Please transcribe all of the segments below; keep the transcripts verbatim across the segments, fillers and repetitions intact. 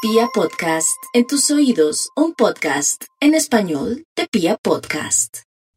Pia Podcast, en tus oídos, un podcast en español de Pia Podcast.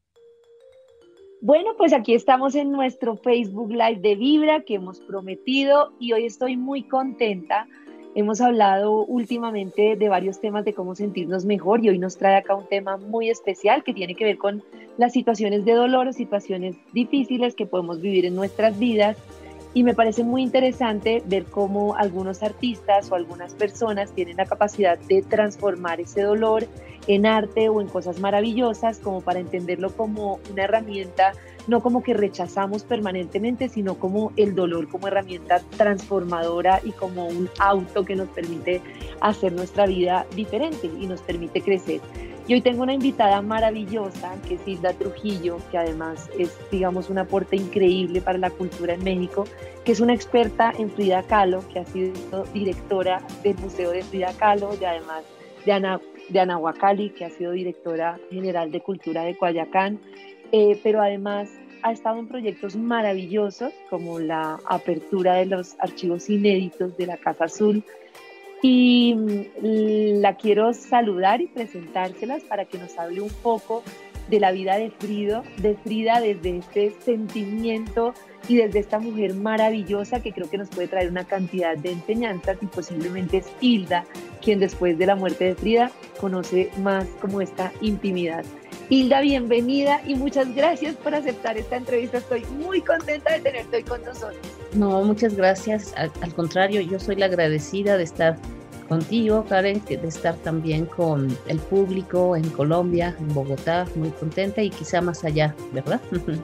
Bueno, pues aquí estamos en nuestro Facebook Live de Vibra que hemos prometido y hoy estoy muy contenta. Hemos hablado últimamente de varios temas de cómo sentirnos mejor y hoy nos trae acá un tema muy especial que tiene que ver con las situaciones de dolor o situaciones difíciles que podemos vivir en nuestras vidas. Y me parece muy interesante ver cómo algunos artistas o algunas personas tienen la capacidad de transformar ese dolor en arte o en cosas maravillosas, como para entenderlo como una herramienta, no como que rechazamos permanentemente, sino como el dolor como herramienta transformadora y como un auto que nos permite hacer nuestra vida diferente y nos permite crecer. Y hoy tengo una invitada maravillosa, que es Hilda Trujillo, que además es, digamos, un aporte increíble para la cultura en México, que es una experta en Frida Kahlo, que ha sido directora del Museo de Frida Kahlo, y además de, Ana, de Anahuacalli, que ha sido directora general de Cultura de Coyoacán, eh, pero además ha estado en proyectos maravillosos, como la apertura de los archivos inéditos de la Casa Azul, y la quiero saludar y presentárselas para que nos hable un poco de la vida de Frida, de Frida desde este sentimiento y desde esta mujer maravillosa que creo que nos puede traer una cantidad de enseñanzas, y posiblemente es Hilda quien después de la muerte de Frida conoce más como esta intimidad. Hilda, bienvenida y muchas gracias por aceptar esta entrevista. Estoy muy contenta de tenerte hoy con nosotros. No, muchas gracias. Al, al contrario, yo soy la agradecida de estar contigo, Karen, de estar también con el público en Colombia, en Bogotá, muy contenta y quizá más allá, ¿verdad?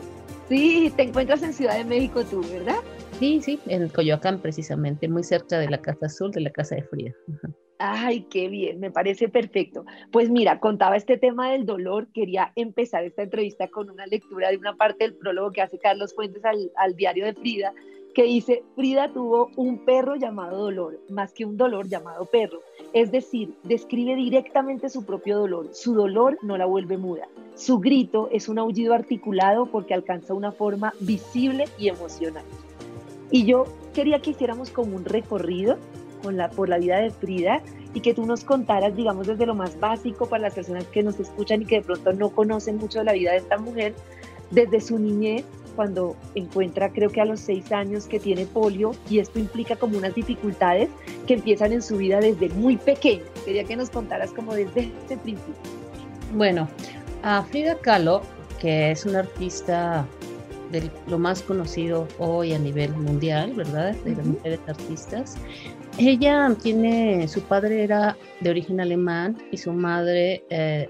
Sí, te encuentras en Ciudad de México tú, ¿verdad? Sí, sí, en Coyoacán precisamente, muy cerca de la Casa Azul, de la Casa de Frida. Ay, qué bien, me parece perfecto. Pues mira, contaba este tema del dolor, quería empezar esta entrevista con una lectura de una parte del prólogo que hace Carlos Fuentes al, al diario de Frida, que dice: Frida tuvo un perro llamado dolor, más que un dolor llamado perro. Es decir, describe directamente su propio dolor. Su dolor no la vuelve muda. Su grito es un aullido articulado porque alcanza una forma visible y emocional. Y yo quería que hiciéramos como un recorrido con la, por la vida de Frida y que tú nos contaras, digamos, desde lo más básico para las personas que nos escuchan y que de pronto no conocen mucho de la vida de esta mujer, desde su niñez, cuando encuentra, creo que a los seis años, que tiene polio, y esto implica como unas dificultades que empiezan en su vida desde muy pequeña. Quería que nos contaras como desde ese principio. Bueno, a Frida Kahlo, que es una artista de lo más conocido hoy a nivel mundial, ¿verdad? De las mujeres artistas. Ella tiene, su padre era de origen alemán y su madre eh,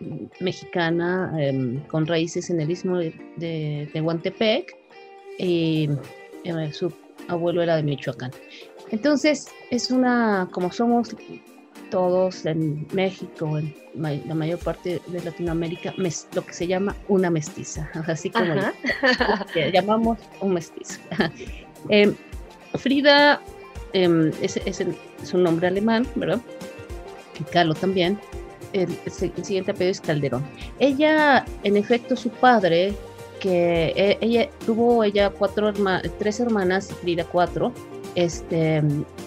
mexicana, eh, con raíces en el istmo de, de Tehuantepec, y eh, su abuelo era de Michoacán. Entonces, es una, como somos todos en México, en may, la mayor parte de Latinoamérica, mes, lo que se llama una mestiza, así como lo que llamamos un mestizo. eh, Frida eh, es, es, el, es un nombre alemán, ¿verdad? Y Kahlo también. El, el siguiente apellido es Calderón. Ella, en efecto, su padre, que eh, ella tuvo ella cuatro herma, tres hermanas, Frida cuatro, este...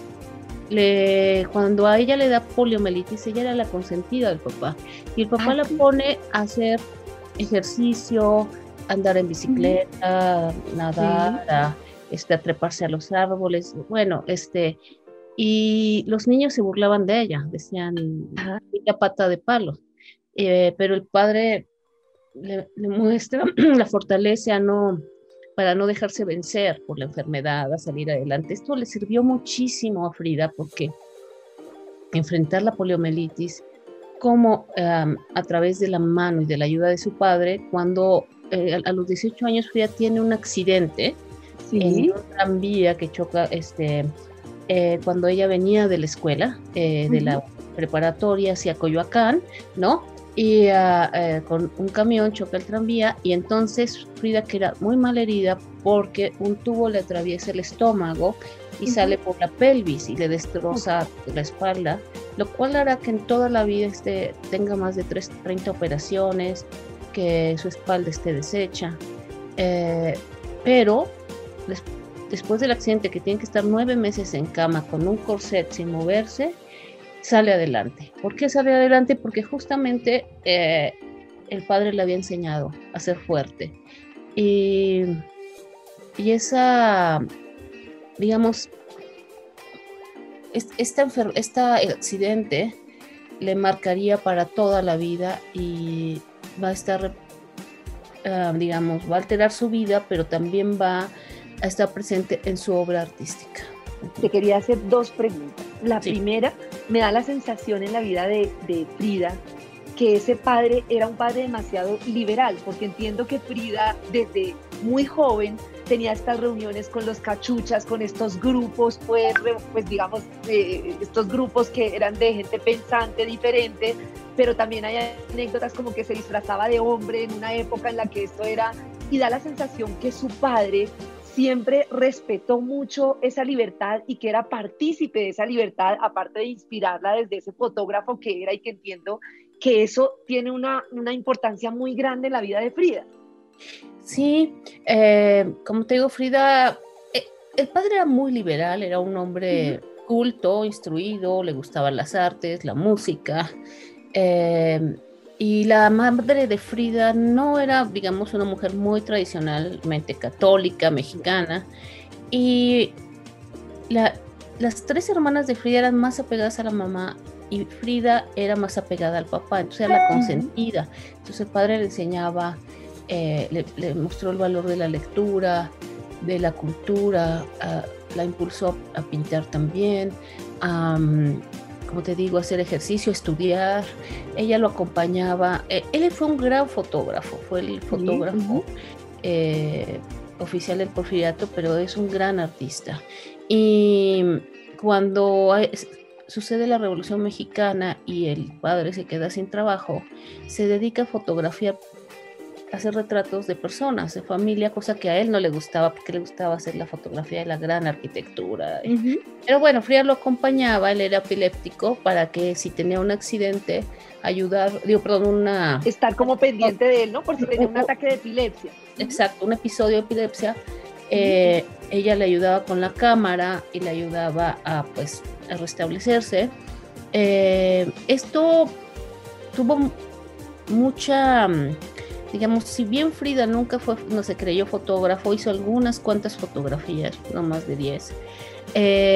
Le, cuando a ella le da poliomielitis, ella era la consentida del papá, y el papá ah, la sí. pone a hacer ejercicio, andar en bicicleta, uh-huh. nadar, sí. a, este, a treparse a los árboles, bueno, este, y los niños se burlaban de ella, decían, uh-huh. la pata de palo, eh, pero el padre le, le muestra la fortaleza, no para no dejarse vencer por la enfermedad, a salir adelante. Esto le sirvió muchísimo a Frida, porque enfrentar la poliomielitis, como um, a través de la mano y de la ayuda de su padre, cuando eh, a los dieciocho años Frida tiene un accidente, sí. en un tranvía que choca, este, eh, cuando ella venía de la escuela, eh, de uh-huh. la preparatoria hacia Coyoacán, ¿no? Y uh, uh, con un camión choca el tranvía, y entonces Frida queda muy mal herida porque un tubo le atraviesa el estómago y uh-huh. sale por la pelvis y le destroza uh-huh. la espalda, lo cual hará que en toda la vida esté, tenga más de treinta operaciones, que su espalda esté deshecha, eh, pero des- después del accidente, que tiene que estar nueve meses en cama con un corset sin moverse, sale adelante. ¿Por qué sale adelante? Porque justamente eh, el padre le había enseñado a ser fuerte. Y, y esa, digamos, este, este accidente le marcaría para toda la vida y va a estar, uh, digamos, va a alterar su vida, pero también va a estar presente en su obra artística. Te quería hacer dos preguntas. La sí. primera, me da la sensación en la vida de, de Frida que ese padre era un padre demasiado liberal, porque entiendo que Frida desde muy joven tenía estas reuniones con los cachuchas, con estos grupos, pues, pues digamos, eh, estos grupos que eran de gente pensante, diferente, pero también hay anécdotas como que se disfrazaba de hombre en una época en la que esto era, y da la sensación que su padre siempre respetó mucho esa libertad y que era partícipe de esa libertad, aparte de inspirarla desde ese fotógrafo que era, y que entiendo que eso tiene una, una importancia muy grande en la vida de Frida. Sí, eh, como te digo, Frida, eh, el padre era muy liberal, era un hombre uh-huh. culto, instruido, le gustaban las artes, la música, eh, y la madre de Frida no era, digamos, una mujer muy tradicionalmente católica, mexicana, y la, las tres hermanas de Frida eran más apegadas a la mamá y Frida era más apegada al papá, entonces era la consentida. Entonces el padre le enseñaba, eh, le, le mostró el valor de la lectura, de la cultura, uh, la impulsó a, a pintar también, um, como te digo, hacer ejercicio, estudiar. Ella lo acompañaba. Eh, él fue un gran fotógrafo, fue el fotógrafo uh-huh. eh, oficial del Porfiriato, pero es un gran artista. Y cuando hay, sucede la Revolución Mexicana y el padre se queda sin trabajo, se dedica a fotografiar, a hacer retratos de personas, de familia, cosa que a él no le gustaba, porque le gustaba hacer la fotografía de la gran arquitectura. Uh-huh. Pero bueno, Frida lo acompañaba, él era epiléptico, para que si tenía un accidente, ayudar, digo, perdón, una... Estar como pendiente de él, ¿no? Por si tenía un ataque de epilepsia. Exacto, un episodio de epilepsia. Eh, uh-huh. Ella le ayudaba con la cámara y le ayudaba a, pues, a restablecerse. Eh, esto tuvo mucha, digamos, si bien Frida nunca fue, no se creyó fotógrafo, hizo algunas cuantas fotografías, no más de diez, eh,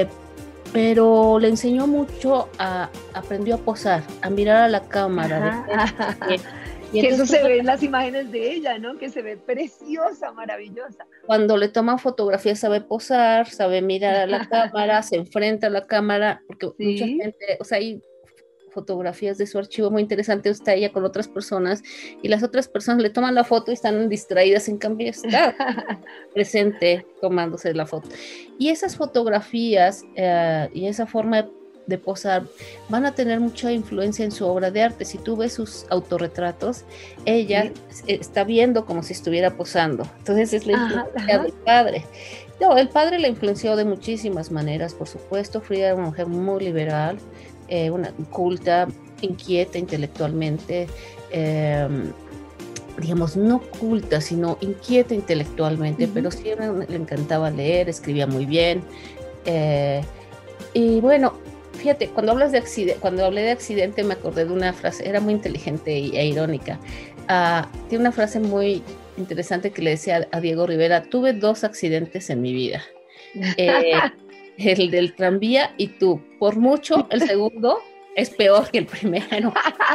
pero le enseñó mucho, a, aprendió a posar, a mirar a la cámara. Ajá, de, y que eso se ve en las imágenes de ella, ¿no? Que se ve preciosa, maravillosa. Cuando le toma fotografías sabe posar, sabe mirar a la cámara, se enfrenta a la cámara, porque ¿sí? Mucha gente, o sea, hay fotografías de su archivo muy interesante, está ella con otras personas y las otras personas le toman la foto y están distraídas, en cambio está presente tomándose la foto. Y esas fotografías uh, y esa forma de de posar van a tener mucha influencia en su obra de arte. Si tú ves sus autorretratos, ella sí. está viendo como si estuviera posando. Entonces es la influencia ajá, ajá. del padre. No, el padre la influenció de muchísimas maneras, por supuesto. Frida era una mujer muy liberal, eh, una culta, inquieta intelectualmente, eh, digamos, no culta, sino inquieta intelectualmente, uh-huh. pero siempre le encantaba leer, escribía muy bien. Eh, y bueno, fíjate, cuando hablas de accidente, cuando hablé de accidente me acordé de una frase, era muy inteligente e irónica. Uh, tiene una frase muy interesante que le decía a Diego Rivera: tuve dos accidentes en mi vida, eh, el del tranvía y tú. Por mucho, el segundo es peor que el primero.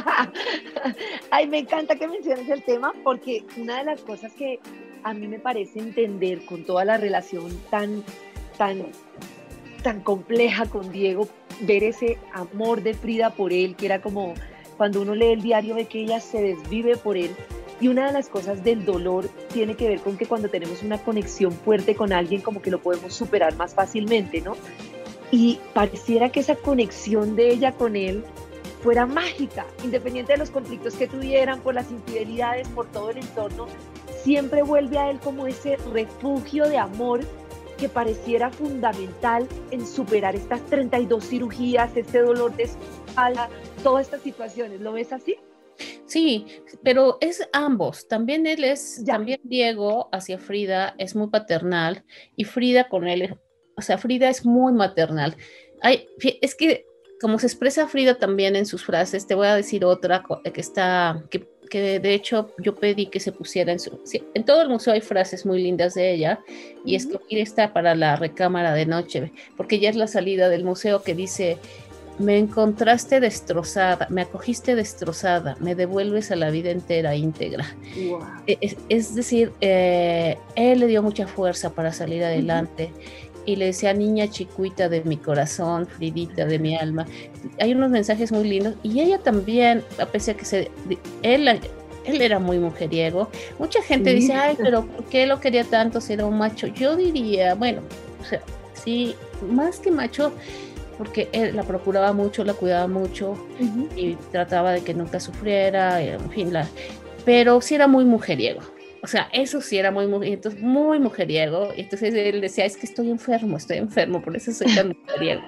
Ay, me encanta que menciones el tema, porque una de las cosas que a mí me parece entender con toda la relación tan, tan, tan compleja con Diego, ver ese amor de Frida por él, que era como cuando uno lee el diario ve que ella se desvive por él, y una de las cosas del dolor tiene que ver con que cuando tenemos una conexión fuerte con alguien, como que lo podemos superar más fácilmente, ¿no? Y pareciera que esa conexión de ella con él fuera mágica, independiente de los conflictos que tuvieran, por las infidelidades, por todo el entorno, siempre vuelve a él como ese refugio de amor que pareciera fundamental en superar estas treinta y dos cirugías, este dolor de espalda, todas estas situaciones. ¿Lo ves así? Sí, pero es ambos. También él es, ya. también Diego hacia Frida es muy paternal y Frida con él, o sea, Frida es muy maternal. Hay, es que como se expresa Frida también en sus frases, te voy a decir otra que está, que, que de hecho yo pedí que se pusiera en su, en todo el museo hay frases muy lindas de ella, y uh-huh. escogí esta para la recámara de noche, porque ya es la salida del museo, que dice: me encontraste destrozada, me acogiste destrozada, me devuelves a la vida entera, íntegra. Wow. Es, es decir, eh, él le dio mucha fuerza para salir adelante, uh-huh. y le decía: niña chicuita de mi corazón, Fridita de mi alma. Hay unos mensajes muy lindos, y ella también, a pesar de que se, él, él era muy mujeriego. Mucha gente sí. dice: ay, pero ¿por qué lo quería tanto si era un macho? Yo diría, bueno, o sea, sí, más que macho, porque él la procuraba mucho, la cuidaba mucho, uh-huh. y trataba de que nunca sufriera, en fin, la, pero sí era muy mujeriego. O sea, eso sí era muy, muy, entonces, muy mujeriego. Entonces él decía: es que estoy enfermo, estoy enfermo, por eso soy tan mujeriego.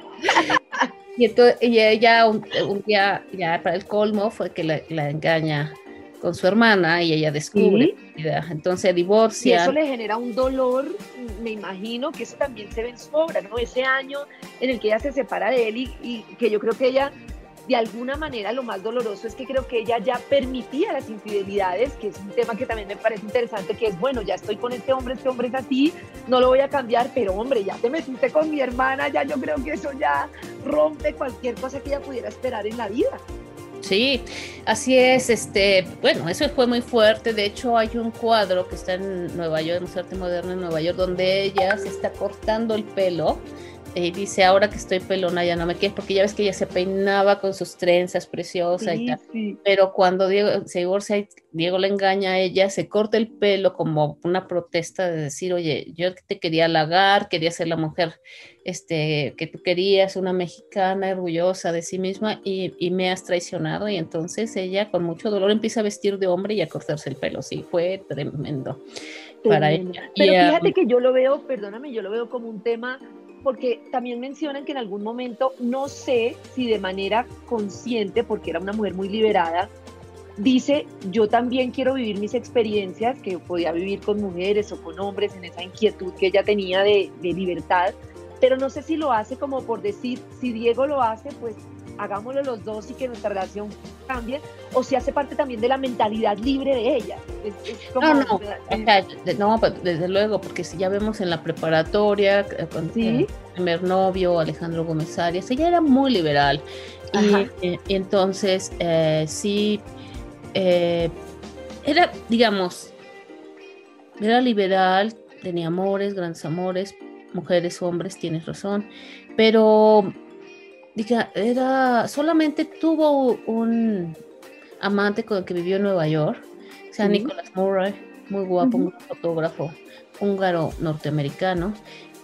Y entonces y ella un, un día, ya para el colmo, fue que la, la engaña con su hermana, y ella descubre, ¿sí? Entonces divorcia. Y eso le genera un dolor, me imagino que eso también se ve en su obra, ¿no? Ese año en el que ella se separa de él, y, y que yo creo que ella, de alguna manera, lo más doloroso es que creo que ella ya permitía las infidelidades, que es un tema que también me parece interesante, que es, bueno, ya estoy con este hombre, este hombre es así, no lo voy a cambiar, pero hombre, ya te metiste con mi hermana, ya yo creo que eso ya rompe cualquier cosa que ella pudiera esperar en la vida. Sí, así es. Este, bueno, eso fue muy fuerte. De hecho, hay un cuadro que está en Nueva York, en Museo de Arte Moderno en Nueva York, donde ella se está cortando el pelo. Y dice: ahora que estoy pelona ya no me quieres, porque ya ves que ella se peinaba con sus trenzas preciosas, sí, y tal. Sí. Pero cuando Diego se divorcia, Diego le engaña a ella, se corta el pelo como una protesta de decir: oye, yo te quería halagar, quería ser la mujer este, que tú querías, una mexicana orgullosa de sí misma, y, y me has traicionado. Y entonces ella, con mucho dolor, empieza a vestir de hombre y a cortarse el pelo. Sí, fue tremendo, tremendo. para ella. Pero y, fíjate um, que yo lo veo, perdóname, yo lo veo como un tema, porque también mencionan que en algún momento, no sé si de manera consciente, porque era una mujer muy liberada, dice: yo también quiero vivir mis experiencias que podía vivir con mujeres o con hombres, en esa inquietud que ella tenía de, de libertad, pero no sé si lo hace como por decir: si Diego lo hace, pues hagámoslo los dos y que nuestra relación cambie, o si hace parte también de la mentalidad libre de ella. Es, es como, no, no, es... o sea, no, desde luego, porque si ya vemos en la preparatoria, con ¿sí? el primer novio, Alejandro Gómez Arias, ella era muy liberal, y, y, y entonces eh, sí, eh, era, digamos, era liberal, tenía amores, grandes amores, mujeres, hombres, tienes razón, pero diga, era, solamente tuvo un amante con el que vivió en Nueva York, o sea, ¿sí? Nicholas Murray, muy guapo, uh-huh. un fotógrafo húngaro norteamericano,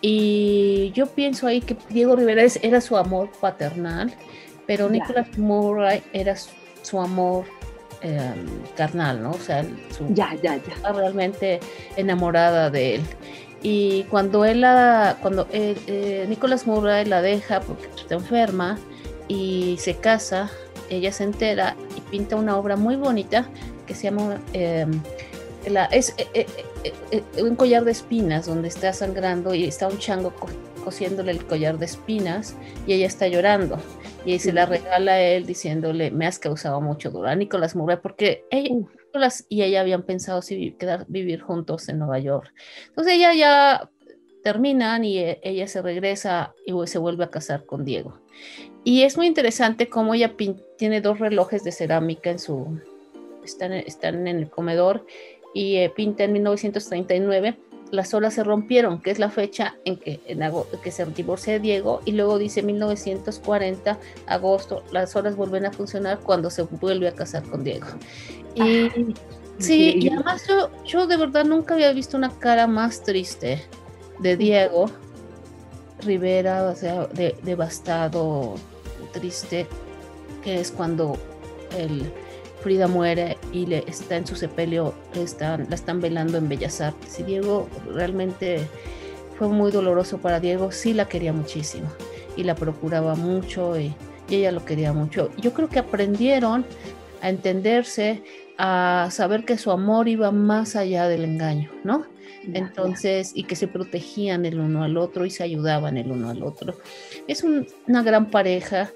y yo pienso ahí que Diego Rivera es, era su amor paternal, pero yeah. Nicholas Murray era su, su amor eh, carnal, ¿no? O sea, su, ya, ya, ya. estaba realmente enamorada de él. Y cuando él la, cuando eh, eh, Nicholas Murray la deja porque está enferma y se casa, ella se entera y pinta una obra muy bonita que se llama eh, la, es eh, eh, eh, eh, un collar de espinas, donde está sangrando y está un chango co- cosiéndole el collar de espinas, y ella está llorando, y se la regala a él diciéndole: me has causado mucho dolor, a Nicholas Murray, porque ella, uh. Nicholas y ella habían pensado si quedar, vivir juntos en Nueva York. Entonces ella ya terminan y ella se regresa y se vuelve a casar con Diego. Y es muy interesante cómo ella pin- tiene dos relojes de cerámica en su... Están, están en el comedor, y eh, pinta en mil novecientos treinta y nueve. Las horas se rompieron, que es la fecha en que, en agosto, que se divorcia de Diego, y luego dice mil novecientos cuarenta, agosto, las horas vuelven a funcionar cuando se vuelve a casar con Diego. Y ah, sí, y además yo, yo de verdad nunca había visto una cara más triste de Diego Rivera, o sea, de, devastado, triste, que es cuando el Frida muere y le está en su sepelio, están, la están velando en Bellas Artes. Y Diego realmente fue muy doloroso para Diego, sí la quería muchísimo y la procuraba mucho, y, y ella lo quería mucho. Yo creo que aprendieron a entenderse, a saber que su amor iba más allá del engaño, ¿no? Entonces, y que se protegían el uno al otro y se ayudaban el uno al otro. Es un, una gran pareja.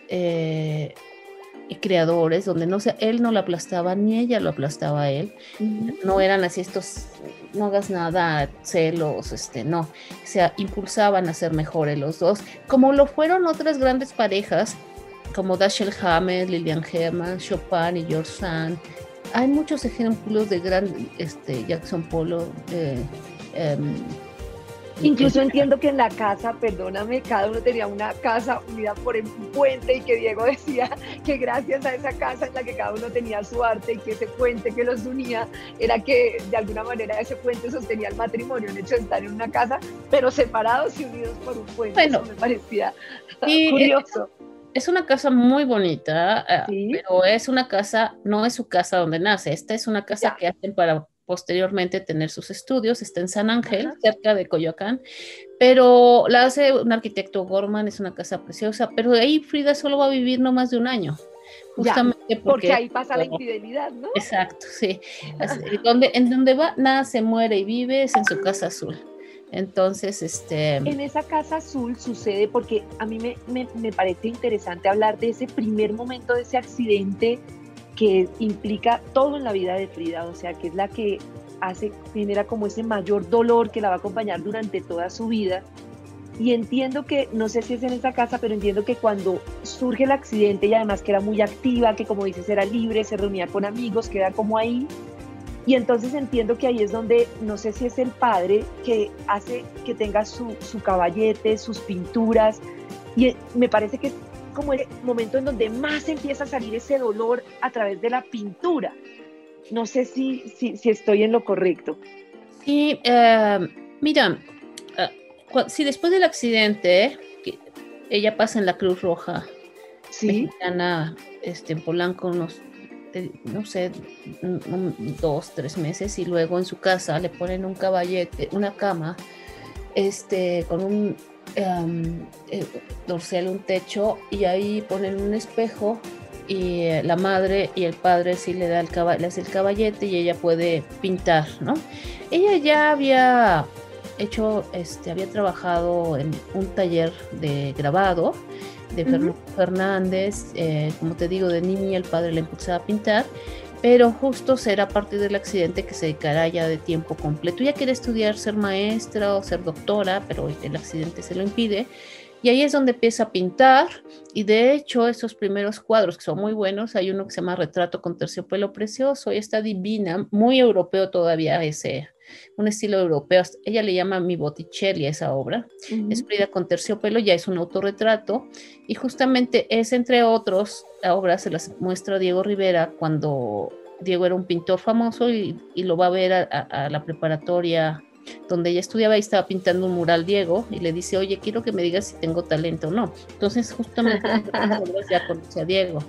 eh, y creadores, donde no se, él no la aplastaba ni ella lo aplastaba a él. Uh-huh. No eran así estos, no hagas nada, celos, este, no. Se impulsaban a ser mejores los dos, como lo fueron otras grandes parejas, como Dashiell Hammett, Lillian Herman, Chopin y George Sand. Hay muchos ejemplos de gran, este, Jackson Pollock, eh, um, incluso entiendo que en la casa, perdóname, cada uno tenía una casa unida por un puente y que Diego decía que gracias a esa casa en la que cada uno tenía su arte y que ese puente que los unía era que de alguna manera ese puente sostenía el matrimonio, el hecho de estar en una casa, pero separados y unidos por un puente. Bueno, eso me parecía y curioso. Es, es una casa muy bonita, ¿sí? Pero es una casa, no es su casa donde nace, esta es una casa ya. Que hacen para posteriormente tener sus estudios, está en San Ángel, ajá, cerca de Coyoacán, pero la hace un arquitecto Gorman, es una casa preciosa, pero ahí Frida solo va a vivir no más de un año, justamente ya, porque, porque ahí pasa la infidelidad, ¿no? Exacto, sí, donde, en donde va, nada se muere y vive es en su casa azul. Entonces, este... En esa casa azul sucede, porque a mí me, me, me parece interesante hablar de ese primer momento, de ese accidente que implica todo en la vida de Frida, o sea, que es la que hace, genera como ese mayor dolor que la va a acompañar durante toda su vida. Y entiendo que, no sé si es en esa casa, pero entiendo que cuando surge el accidente, y además que era muy activa, que como dices era libre, se reunía con amigos, queda como ahí, y entonces entiendo que ahí es donde, no sé si es el padre que hace que tenga su, su caballete, sus pinturas, y me parece que es como el momento en donde más empieza a salir ese dolor a través de la pintura. No sé si, si, si estoy en lo correcto. Sí, uh, mira, uh, si después del accidente que ella pasa en la Cruz Roja, ¿sí? Mexicana, este, en Polanco, unos, no sé, dos, tres meses, y luego en su casa le ponen un caballete, una cama, este, con un Um, eh, dorsal, un techo, y ahí ponen un espejo y eh, la madre y el padre sí le da el cab- le hace el caballete y ella puede pintar, ¿no? Ella ya había hecho, este, había trabajado en un taller de grabado de uh-huh. Fernández, eh, como te digo, de niña el padre le impulsaba a pintar, pero justo será a partir del accidente que se dedicará ya de tiempo completo. Ella quiere estudiar, ser maestra o ser doctora, pero el accidente se lo impide, y ahí es donde empieza a pintar, y de hecho esos primeros cuadros que son muy buenos, hay uno que se llama Retrato con terciopelo precioso, y está divina, muy europeo todavía ese, un estilo europeo, ella le llama Mi Botticelli a esa obra, uh-huh. Es Frida con terciopelo, ya es un autorretrato, y justamente es, entre otros, la obra se las muestra Diego Rivera cuando Diego era un pintor famoso y, y lo va a ver a, a, a la preparatoria donde ella estudiaba, y estaba pintando un mural Diego, y le dice, oye, quiero que me digas si tengo talento o no. Entonces justamente ya conoce a Diego.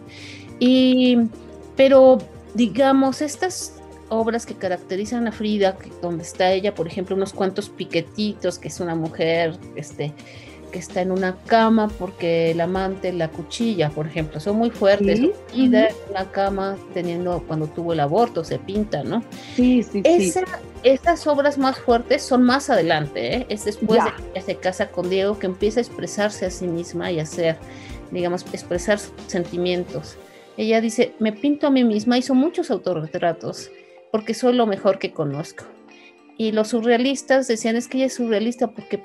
Y, pero digamos, estas obras que caracterizan a Frida, que, donde está ella, por ejemplo, unos cuantos piquetitos, que es una mujer este, que está en una cama porque el amante la cuchilla, por ejemplo, son muy fuertes. ¿Sí? Frida uh-huh. en una cama teniendo, cuando tuvo el aborto, se pinta, ¿no? Sí, sí, Esa, sí. Esas obras más fuertes son más adelante, ¿eh? Es después ya. de que se casa con Diego, que empieza a expresarse a sí misma y a hacer, digamos, expresar sus sentimientos. Ella dice, me pinto a mí misma, hizo muchos autorretratos, porque soy lo mejor que conozco. Y los surrealistas decían, es que ella es surrealista porque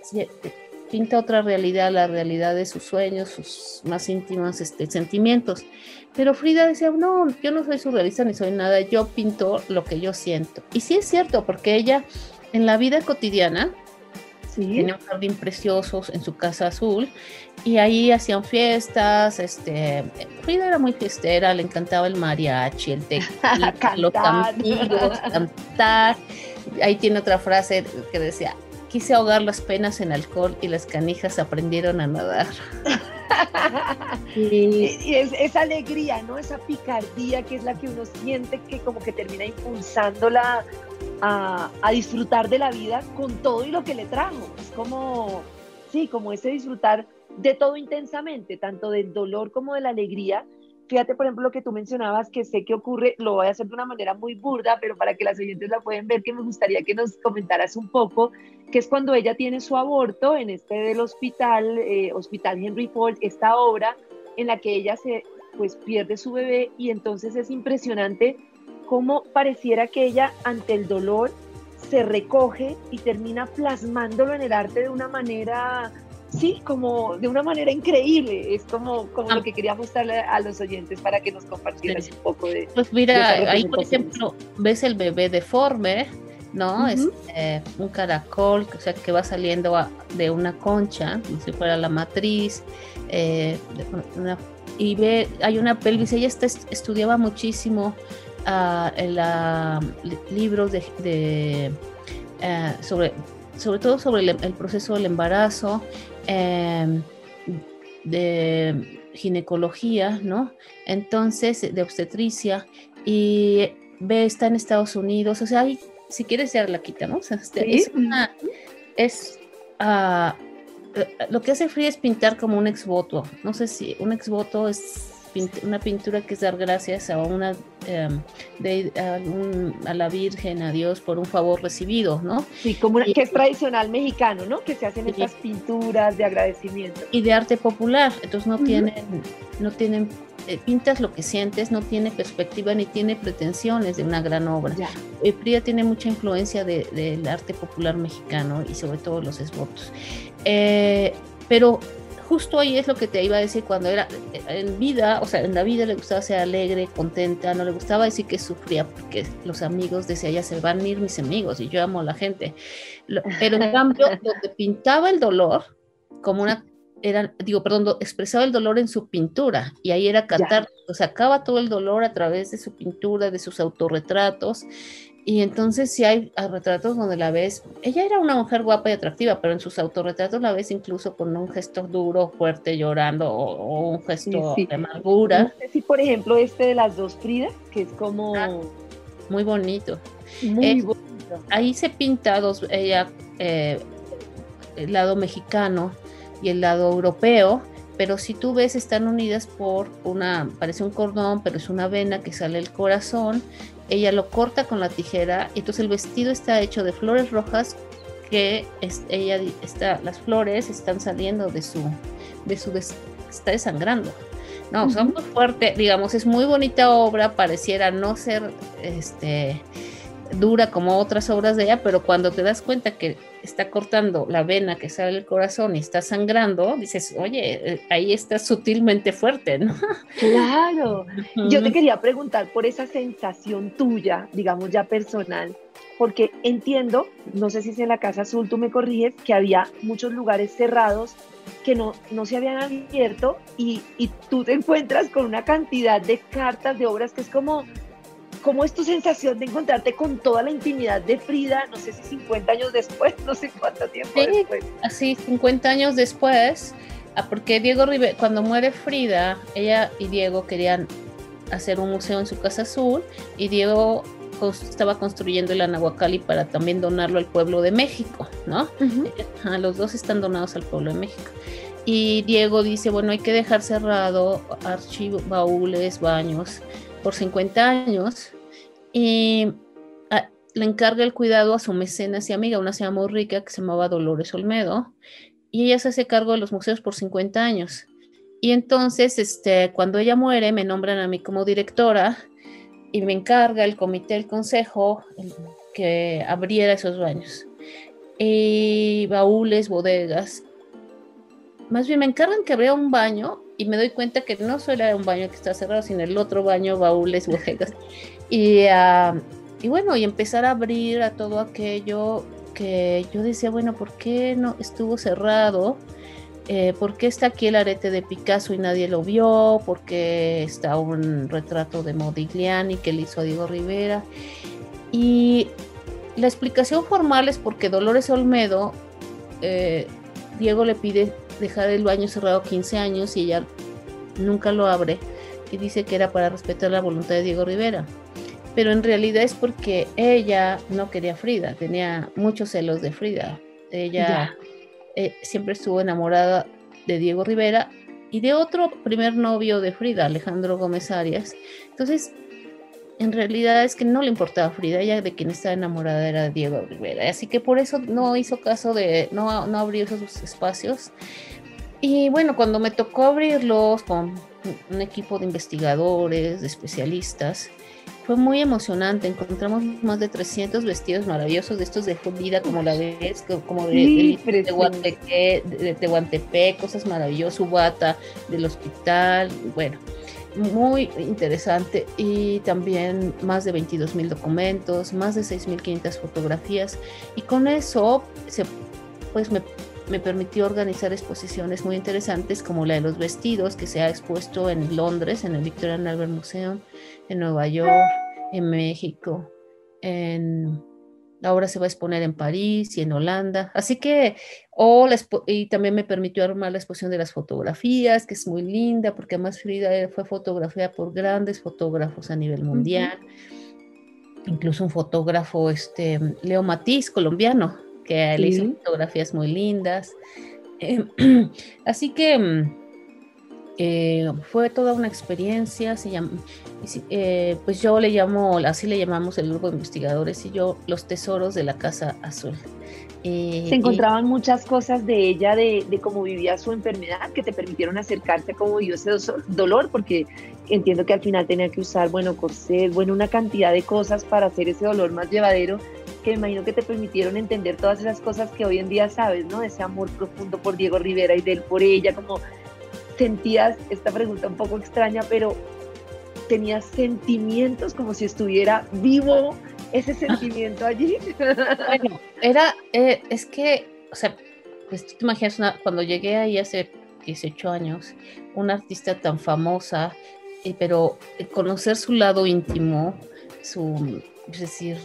pinta otra realidad, la realidad de sus sueños, sus más íntimos este, sentimientos. Pero Frida decía, no, yo no soy surrealista ni soy nada, yo pinto lo que yo siento. Y sí es cierto, porque ella en la vida cotidiana ¿sí? tenía un jardín precioso en su casa azul, y ahí hacían fiestas. este, Frida era muy fiestera, le encantaba el mariachi, el tequila, los amigos, cantar. Ahí tiene otra frase que decía, quise ahogar las penas en alcohol y las canijas aprendieron a nadar. y, y es, esa alegría, ¿no? Esa picardía que es la que uno siente que como que termina impulsándola a, a disfrutar de la vida con todo y lo que le trajo. Es como, sí, como ese disfrutar de todo intensamente, tanto del dolor como de la alegría. Fíjate, por ejemplo, lo que tú mencionabas, que sé que ocurre, lo voy a hacer de una manera muy burda, pero para que las oyentes la puedan ver, que me gustaría que nos comentaras un poco, que es cuando ella tiene su aborto en este del hospital, eh, Hospital Henry Ford, esta obra, en la que ella se pues pierde su bebé y entonces es impresionante cómo pareciera que ella ante el dolor se recoge y termina plasmándolo en el arte de una manera, sí, como de una manera increíble. Es como, como ah. lo que quería mostrarle a los oyentes para que nos compartieras sí. un poco de Pues mira, de ahí por ejemplo ves el bebé deforme, ¿no? Uh-huh. Es eh, un caracol, o sea, que va saliendo a, de una concha, como si fuera la matriz, eh, una, y ve, hay una pelvis. Ella está, estudiaba muchísimo uh, en la, libros de, de uh, sobre, sobre todo sobre el, el proceso del embarazo, eh, de ginecología, ¿no? Entonces, de obstetricia, y ve, está en Estados Unidos, o sea, hay, si quieres ya la quita, ¿no? O sea, ¿sí? es una, es uh, lo que hace Frida es pintar como un exvoto. No sé si un exvoto es pint- una pintura que es dar gracias a una um, de, a, un, a la Virgen, a Dios por un favor recibido, ¿no? Sí, como una, y, que es tradicional mexicano, ¿no? Que se hacen estas sí. pinturas de agradecimiento. Y de arte popular, entonces no uh-huh. tienen, no tienen eh, pintas lo que sientes, no tiene perspectiva ni tiene pretensiones de una gran obra. Eh, Frida tiene mucha influencia de, del arte popular mexicano y sobre todo los esbotos. Eh, pero justo ahí es lo que te iba a decir cuando era en vida, o sea, en la vida le gustaba ser alegre, contenta, no le gustaba decir que sufría porque los amigos decían, ya se van a ir mis amigos y yo amo a la gente. Pero en cambio, donde pintaba el dolor, como una, era, digo, perdón, expresaba el dolor en su pintura y ahí era catar, o sea, sacaba todo el dolor a través de su pintura, de sus autorretratos. Y entonces sí hay retratos donde la ves, ella era una mujer guapa y atractiva, pero en sus autorretratos la ves incluso con un gesto duro, fuerte, llorando, o, o un gesto sí, sí. de amargura. No sé si, por ejemplo, este de las dos Fridas, que es como... Ah, muy bonito. Muy eh, bonito. Ahí se pinta dos, ella, eh, el lado mexicano y el lado europeo, pero si tú ves están unidas por una, parece un cordón, pero es una vena que sale del corazón. Ella lo corta con la tijera y entonces el vestido está hecho de flores rojas que es, ella está, las flores están saliendo de su, de su des, está desangrando. No, uh-huh. o sea, muy fuerte, digamos, es muy bonita obra, pareciera no ser este dura como otras obras de ella, pero cuando te das cuenta que está cortando la vena que sale del corazón y está sangrando, dices, oye, ahí está sutilmente fuerte, ¿no? Claro. Uh-huh. Yo te quería preguntar por esa sensación tuya, digamos ya personal, porque entiendo, no sé si es en la Casa Azul, tú me corriges, que había muchos lugares cerrados que no, no se habían abierto y, y tú te encuentras con una cantidad de cartas, de obras que es como... ¿Cómo es tu sensación de encontrarte con toda la intimidad de Frida? No sé si cincuenta años después, no sé cuánto tiempo sí, después. Así, cincuenta años después, porque Diego Rivera, cuando muere Frida, ella y Diego querían hacer un museo en su Casa Azul y Diego estaba construyendo el Anahuacalli para también donarlo al pueblo de México, ¿no? Uh-huh. Los dos están donados al pueblo de México. Y Diego dice, bueno, hay que dejar cerrado archivos, baúles, baños, por cincuenta años, y a, le encarga el cuidado a su mecenas y amiga, una señora muy rica que se llamaba Dolores Olmedo, y ella se hace cargo de los museos por cincuenta años. Y entonces, este, cuando ella muere, me nombran a mí como directora, y me encarga el comité, el consejo, el, que abriera esos baños. Y baúles, bodegas. Más bien me encargan que abriera un baño y me doy cuenta que no solo era un baño que está cerrado, sino el otro baño, baúles, bodegas. Y, uh, y bueno, y empezar a abrir a todo aquello que yo decía, bueno, ¿por qué no estuvo cerrado? Eh, ¿Por qué está aquí el arete de Picasso y nadie lo vio? ¿Por qué está un retrato de Modigliani que le hizo a Diego Rivera? Y la explicación formal es porque Dolores Olmedo, eh, Diego le pide dejar el baño cerrado quince años y ella nunca lo abre y dice que era para respetar la voluntad de Diego Rivera, pero en realidad es porque ella no quería a Frida, tenía muchos celos de Frida, ella eh, siempre estuvo enamorada de Diego Rivera y de otro primer novio de Frida, Alejandro Gómez Arias. Entonces en realidad es que no le importaba a Frida, ella de quien estaba enamorada era de Diego Rivera, así que por eso no hizo caso de, no, no abrió esos espacios. Y bueno, cuando me tocó abrirlos con un equipo de investigadores, de especialistas, fue muy emocionante. Encontramos más de trescientos vestidos maravillosos de estos de Frida, como la ves, como de, Sí, de, de, Tehuantepec, de Tehuantepec, cosas maravillosas, su bata del hospital, bueno, muy interesante. Y también más de veintidós mil documentos, más de seis mil quinientas fotografías, y con eso se, pues me me permitió organizar exposiciones muy interesantes, como la de los vestidos, que se ha expuesto en Londres, en el Victoria and Albert Museum, en Nueva York, en México, en... ahora se va a exponer en París y en Holanda. Así que, oh, la expo... y también me permitió armar la exposición de las fotografías, que es muy linda, porque además Frida fue fotografiada por grandes fotógrafos a nivel mundial, uh-huh. Incluso un fotógrafo, este, Leo Matiz, colombiano, que sí. Le hizo fotografías muy lindas. Eh, así que eh, fue toda una experiencia. Se llama, eh, pues yo le llamo, así le llamamos el grupo de investigadores y yo, los tesoros de la Casa Azul. Eh, Se encontraban y, muchas cosas de ella, de, de cómo vivía su enfermedad, que te permitieron acercarte a cómo vivió ese dolor, porque entiendo que al final tenía que usar, bueno, corset, bueno, una cantidad de cosas para hacer ese dolor más llevadero, que me imagino que te permitieron entender todas esas cosas que hoy en día sabes, ¿no? Ese amor profundo por Diego Rivera y de él por ella, como sentías, esta pregunta un poco extraña, pero tenías sentimientos como si estuviera vivo ese sentimiento allí. Bueno, era, eh, es que, o sea, pues tú te imaginas una, cuando llegué ahí hace dieciocho años, una artista tan famosa, eh, pero conocer su lado íntimo, su, es decir,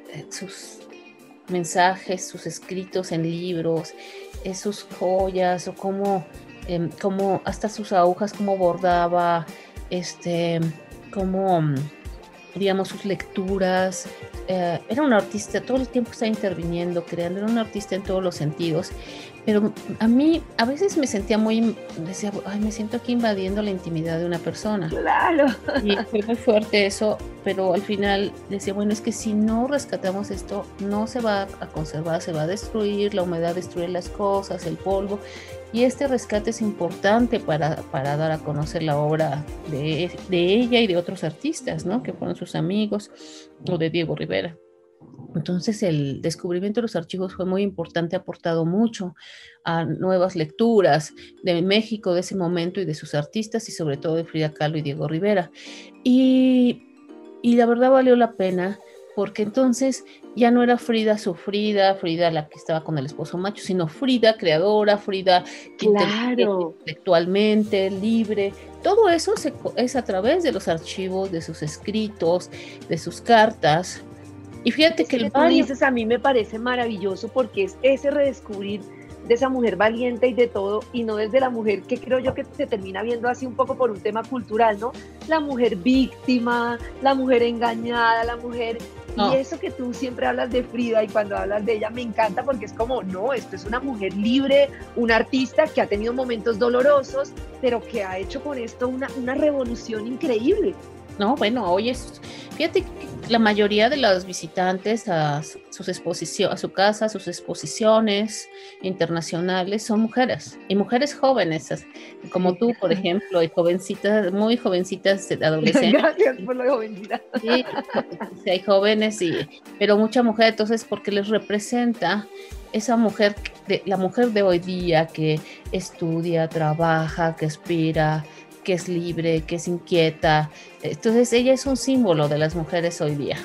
sus mensajes, sus escritos en libros, eh, sus joyas, o cómo, eh, cómo hasta sus agujas, cómo bordaba, este, cómo, digamos, sus lecturas. Eh, era un artista, todo el tiempo estaba interviniendo, creando, era un artista en todos los sentidos, pero a mí a veces me sentía muy, decía, ay, me siento aquí invadiendo la intimidad de una persona. Claro. Y fue muy fuerte eso, pero al final decía, bueno, es que si no rescatamos esto, no se va a conservar, se va a destruir, la humedad destruye las cosas, el polvo, y este rescate es importante para, para dar a conocer la obra de, de ella y de otros artistas, ¿no? Que fueron sus amigos, o de Diego Rivera. Entonces el descubrimiento de los archivos fue muy importante, ha aportado mucho a nuevas lecturas de México de ese momento y de sus artistas, y sobre todo de Frida Kahlo y Diego Rivera. Y, y la verdad valió la pena, porque entonces ya no era Frida sufrida, Frida la que estaba con el esposo macho, sino Frida creadora, Frida claro. intelectualmente, libre. Todo eso se, es a través de los archivos, de sus escritos, de sus cartas. Y fíjate es que, que el tú baño... dices, a mí me parece maravilloso, porque es ese redescubrir de esa mujer valiente y de todo, y no desde la mujer que creo yo que se termina viendo así un poco por un tema cultural, ¿no? La mujer víctima, la mujer engañada, la mujer... No. Y eso que tú siempre hablas de Frida, y cuando hablas de ella me encanta, porque es como, no, esto es una mujer libre, una artista que ha tenido momentos dolorosos, pero que ha hecho con esto una, una revolución increíble. No, bueno, oye, fíjate que la mayoría de los visitantes a sus exposiciones, a su casa, a sus exposiciones internacionales son mujeres, y mujeres jóvenes, como tú, por ejemplo, y jovencitas, muy jovencitas adolescentes. Gracias por la jovencita. Sí, sí, hay jóvenes, y, pero mucha mujer, entonces, porque les representa esa mujer, de, la mujer de hoy día que estudia, trabaja, que aspira, que es libre, que es inquieta. Entonces ella es un símbolo de las mujeres hoy día.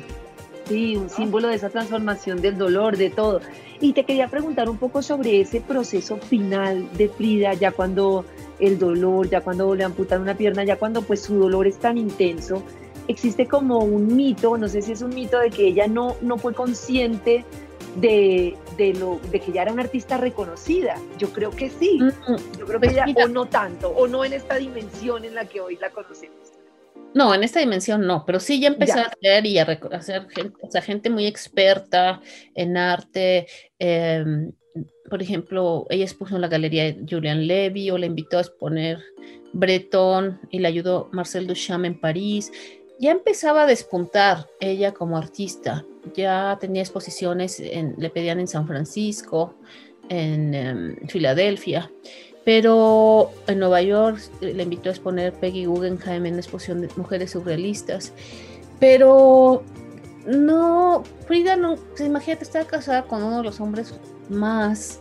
Sí, un símbolo de esa transformación del dolor, de todo. Y te quería preguntar un poco sobre ese proceso final de Frida, ya cuando el dolor, ya cuando le amputan una pierna, ya cuando pues su dolor es tan intenso. Existe como un mito, no sé si es un mito, de que ella no, no fue consciente De, de, lo, de que ya era una artista reconocida. Yo creo que sí, yo creo que ella, o no tanto, o no en esta dimensión en la que hoy la conocemos. No, en esta dimensión no, pero sí ya empezó ya. a hacer y a hacer gente, o sea, gente muy experta en arte. Eh, por ejemplo, ella expuso en la galería Julian Levy, o la invitó a exponer Breton, y la ayudó Marcel Duchamp en París. Ya empezaba a despuntar ella como artista, ya tenía exposiciones, en, le pedían en San Francisco, en um, Filadelfia, pero en Nueva York le invitó a exponer Peggy Guggenheim en una exposición de mujeres surrealistas, pero no, Frida no, imagínate, estaba casada con uno de los hombres más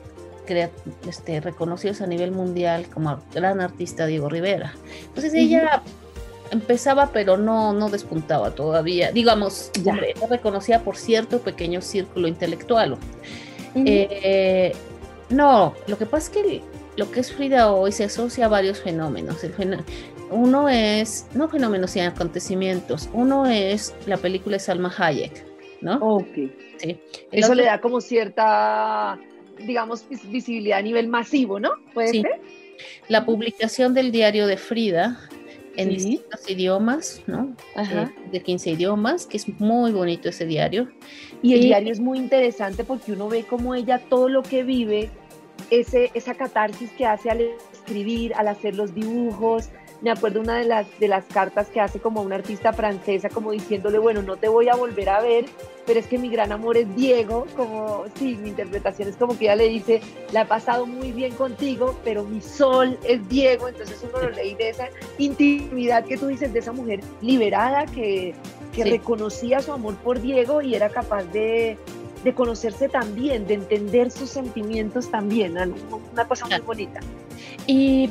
este, reconocidos a nivel mundial como gran artista, Diego Rivera. Entonces uh-huh. ella empezaba, pero no, no despuntaba todavía, digamos, ya. Era reconocida por cierto pequeño círculo intelectual. Uh-huh. Eh, no, lo que pasa es que lo que es Frida hoy se asocia a varios fenómenos. El fen- uno es, no fenómenos, sino acontecimientos. Uno es la película de Salma Hayek, ¿no? Ok. Sí. Eso otro, le da como cierta, digamos, visibilidad a nivel masivo, ¿no? ¿Puede sí. ser? La publicación del diario de Frida en sí. distintos idiomas, ¿no? Ajá. Eh, de quince idiomas, que es muy bonito ese diario. Y el y, diario es muy interesante porque uno ve cómo ella todo lo que vive, ese, esa catarsis que hace al escribir, al hacer los dibujos. Me acuerdo una de las, de las cartas que hace como una artista francesa, como diciéndole, bueno, no te voy a volver a ver, pero es que mi gran amor es Diego, como, sí, mi interpretación es como que ella le dice, la he pasado muy bien contigo, pero mi sol es Diego. Entonces uno lo lee de esa intimidad que tú dices, de esa mujer liberada que, que sí. reconocía su amor por Diego y era capaz de, de conocerse también, de entender sus sentimientos también, una cosa muy bonita. Y...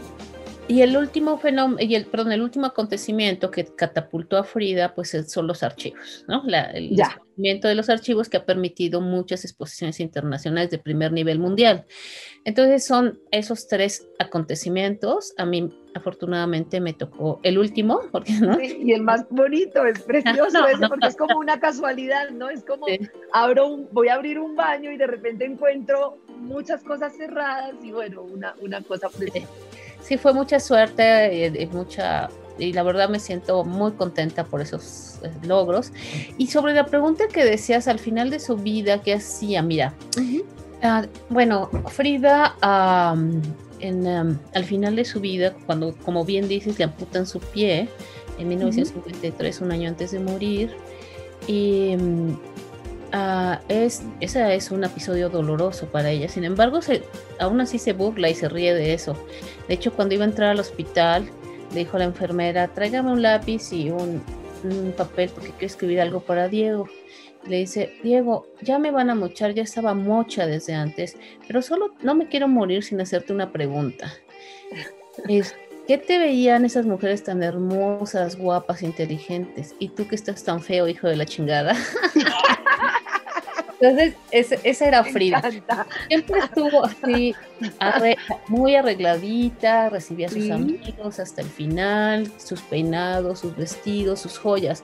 Y el último fenómeno, y el, perdón, el último acontecimiento que catapultó a Frida, pues son los archivos, ¿no? La, el ya. descubrimiento de los archivos que ha permitido muchas exposiciones internacionales de primer nivel mundial. Entonces son esos tres acontecimientos. A mí afortunadamente me tocó el último, porque no. Sí, y el más bonito, es precioso no, ese, no, porque no. es como una casualidad, ¿no? Es como sí. abro un, voy a abrir un baño y de repente encuentro muchas cosas cerradas y bueno, una, una cosa preciosa. Sí. Sí, fue mucha suerte y, y mucha, y la verdad me siento muy contenta por esos eh, logros. Y sobre la pregunta que decías al final de su vida, ¿qué hacía? Mira, uh-huh. uh, bueno, Frida, um, en, um, al final de su vida, cuando, como bien dices, le amputan su pie en mil novecientos cincuenta y tres, uh-huh. un año antes de morir, y um, Uh, es, ese es un episodio doloroso para ella. Sin embargo, se, aún así se burla y se ríe de eso. De hecho, cuando iba a entrar al hospital, le dijo a la enfermera, tráigame un lápiz y un, un papel porque quiero escribir algo para Diego. Le dice, Diego, ya me van a mochar, ya estaba mocha desde antes, pero solo no me quiero morir sin hacerte una pregunta. Es, ¿qué te veían esas mujeres tan hermosas, guapas, inteligentes? Y tú que estás tan feo, hijo de la chingada. Entonces, ese, esa era Frida. Siempre estuvo así, arre, muy arregladita, recibía a sus sí. amigos hasta el final, sus peinados, sus vestidos, sus joyas.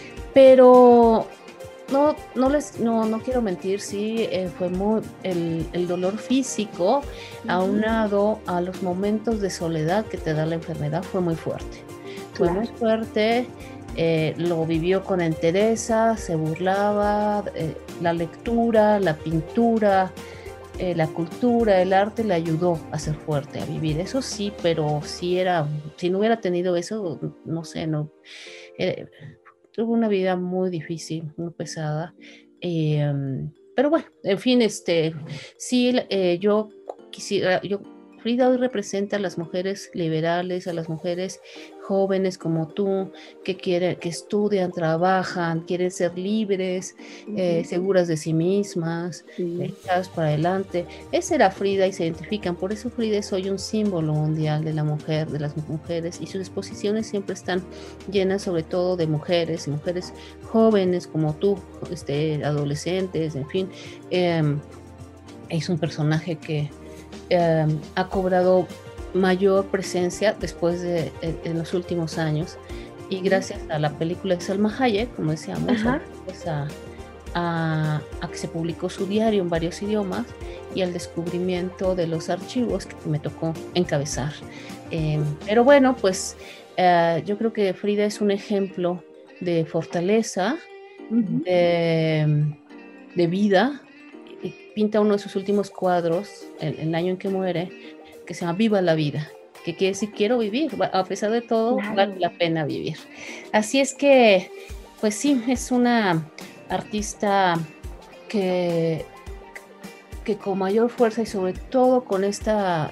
Pero no, no les, no, no quiero mentir, sí, eh, fue muy, el, el dolor físico, uh-huh. aunado a los momentos de soledad que te da la enfermedad, fue muy fuerte. Fue claro. muy fuerte. Eh, lo vivió con entereza, se burlaba, eh, la lectura, la pintura, eh, la cultura, el arte le ayudó a ser fuerte, a vivir, eso sí, pero si era, si no hubiera tenido eso, no sé, no, eh, tuvo una vida muy difícil, muy pesada, eh, pero bueno, en fin, este, sí, eh, yo quisiera, yo Frida hoy representa a las mujeres liberales, a las mujeres jóvenes como tú, que quieren, que estudian, trabajan, quieren ser libres, uh-huh. eh, seguras de sí mismas, uh-huh. echadas para adelante. Esa era Frida y se identifican. Por eso Frida es hoy un símbolo mundial de la mujer, de las mujeres, y sus exposiciones siempre están llenas sobre todo de mujeres, mujeres jóvenes como tú, este, adolescentes, en fin. Eh, es un personaje que Eh, ha cobrado mayor presencia después de, de en los últimos años y gracias a la película de Salma Hayek, como decíamos, pues a, a, a que se publicó su diario en varios idiomas y al descubrimiento de los archivos que me tocó encabezar. Eh, pero bueno, pues eh, yo creo que Frida es un ejemplo de fortaleza, uh-huh. de, de vida. Pinta uno de sus últimos cuadros, el, el año en que muere, que se llama Viva la vida, que quiere decir quiero vivir, a pesar de todo, claro. vale la pena vivir. Así es que, pues sí, es una artista que, que con mayor fuerza y sobre todo con esta, la,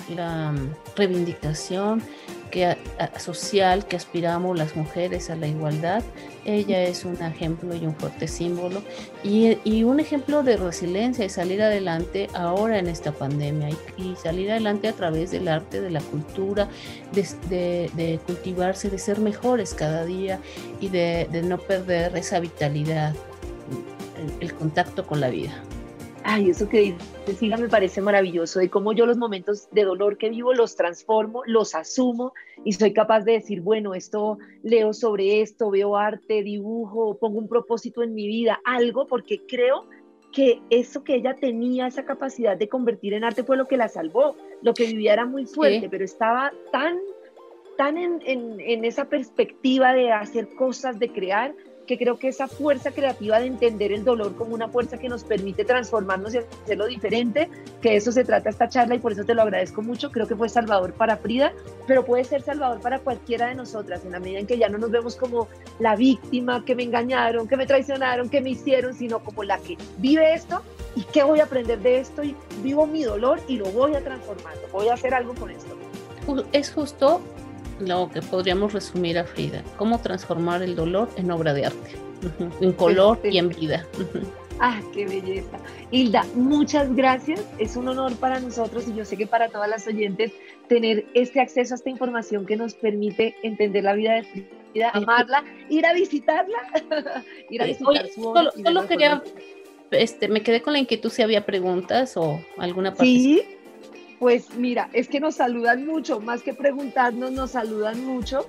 la reivindicación que, a, a, social que aspiramos las mujeres a la igualdad. Ella es un ejemplo y un fuerte símbolo y, y un ejemplo de resiliencia y salir adelante ahora en esta pandemia y, y salir adelante a través del arte, de la cultura, de, de, de cultivarse, de ser mejores cada día y de, de no perder esa vitalidad, el, el contacto con la vida. Ay, eso que dices, Hilda, me parece maravilloso, de cómo yo los momentos de dolor que vivo los transformo, los asumo y soy capaz de decir, bueno, esto leo sobre esto, veo arte, dibujo, pongo un propósito en mi vida, algo, porque creo que eso que ella tenía, esa capacidad de convertir en arte fue lo que la salvó. Lo que vivía era muy fuerte, sí, pero estaba tan, tan en, en, en esa perspectiva de hacer cosas, de crear, que creo que esa fuerza creativa de entender el dolor como una fuerza que nos permite transformarnos y hacerlo diferente, que de eso se trata esta charla y por eso te lo agradezco mucho. Creo que fue salvador para Frida, pero puede ser salvador para cualquiera de nosotras en la medida en que ya no nos vemos como la víctima, que me engañaron, que me traicionaron, que me hicieron, sino como la que vive esto y qué voy a aprender de esto y vivo mi dolor y lo voy a transformar, voy a hacer algo con esto. Es justo lo que podríamos resumir a Frida, cómo transformar el dolor en obra de arte, uh-huh, en color sí, sí. y en vida. Uh-huh. ¡Ah, qué belleza! Hilda, muchas gracias, es un honor para nosotros y yo sé que para todas las oyentes tener este acceso a esta información que nos permite entender la vida de Frida, amarla, ir a visitarla, ir a visitar Oye, su obra. Solo, solo quería, este, me quedé con la inquietud si había preguntas o alguna parte. Sí. Pues mira, es que nos saludan mucho, más que preguntarnos, nos saludan mucho.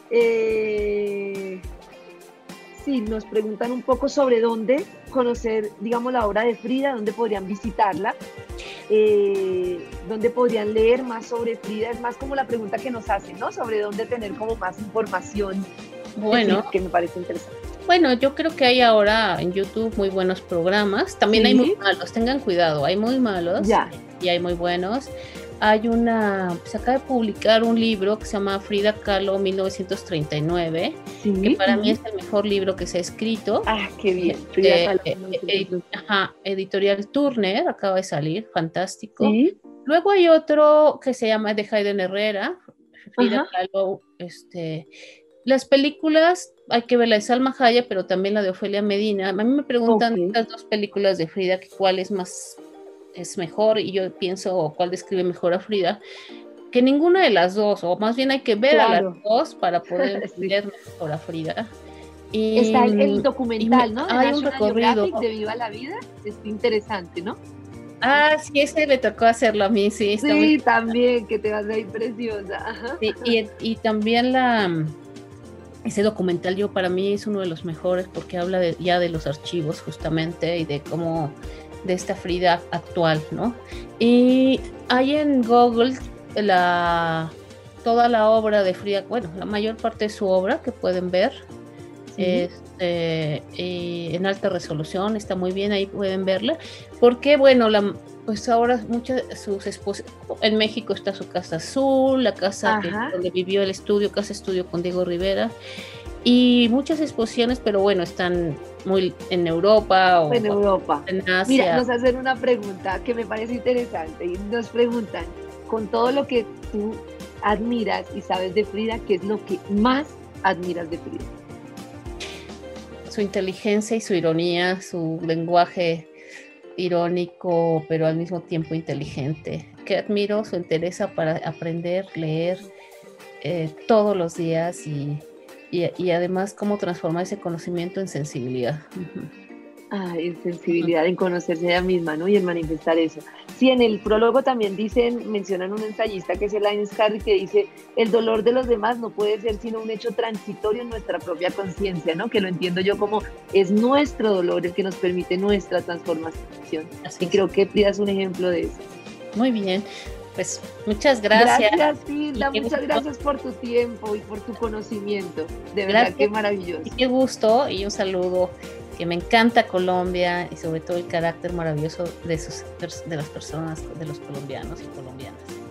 Eh, sí, nos preguntan un poco sobre dónde conocer, digamos, la obra de Frida, dónde podrían visitarla, eh, dónde podrían leer más sobre Frida. Es más como la pregunta que nos hacen, ¿no? Sobre dónde tener como más información. Bueno, que me parece interesante. Bueno, yo creo que hay ahora en YouTube muy buenos programas. También ¿sí? hay muy malos, tengan cuidado, hay muy malos ya. y hay muy buenos. Hay una, se acaba de publicar un libro que se llama Frida Kahlo mil novecientos treinta y nueve, ¿sí? que para uh-huh. mí es el mejor libro que se ha escrito. Ah, qué bien. Frida eh, Kahlo, eh, eh, ajá, editorial Turner, acaba de salir, fantástico. ¿Sí? Luego hay otro que se llama de Hayden Herrera, Frida uh-huh. Kahlo, este... Las películas, hay que ver la de Salma Hayek, pero también la de Ofelia Medina. A mí me preguntan okay. las dos películas de Frida, cuál es más, es mejor, y yo pienso cuál describe mejor a Frida, que ninguna de las dos, o más bien hay que ver claro. a las dos para poder entender sí. mejor a Frida. Y, está el, el documental, y, ¿no? Hay un recorrido de Viva la Vida, es interesante, ¿no? Ah, sí, ese me tocó hacerlo a mí, sí. Sí, muy... también, que te vas a ir preciosa. Ajá. Sí, y, y también la... Ese documental yo para mí es uno de los mejores porque habla de, ya de los archivos justamente y de cómo, de esta Frida actual, ¿no? Y hay en Google la, toda la obra de Frida, bueno, la mayor parte de su obra que pueden ver, ¿sí? este, y en alta resolución, está muy bien, ahí pueden verla, porque bueno, la... pues ahora muchas de sus esposas, en México está su Casa Azul, la casa que, donde vivió el estudio, Casa Estudio con Diego Rivera, y muchas exposiciones, pero bueno, están muy en Europa o en Europa. En Asia. Mira, nos hacen una pregunta que me parece interesante y nos preguntan, con todo lo que tú admiras y sabes de Frida, ¿qué es lo que más admiras de Frida? Su inteligencia y su ironía, su lenguaje irónico, pero al mismo tiempo inteligente. Que admiro su interés para aprender, leer eh, todos los días y, y, y además cómo transformar ese conocimiento en sensibilidad. Uh-huh. Ah, en sensibilidad, uh-huh. en conocerse a ella misma, ¿no? Y en manifestar eso. Sí, en el prólogo también dicen, mencionan un ensayista que es Elaine Scarry, que dice, el dolor de los demás no puede ser sino un hecho transitorio en nuestra propia conciencia, ¿no? Que lo entiendo yo como es nuestro dolor el que nos permite nuestra transformación. Así y creo que Frida es un ejemplo de eso. Muy bien, pues muchas gracias. Gracias, Hilda, muchas gusto. Gracias por tu tiempo y por tu conocimiento. De verdad, gracias. Qué maravilloso. Y qué gusto y un saludo. Que me encanta Colombia y sobre todo el carácter maravilloso de, sus, de las personas, de los colombianos y colombianas.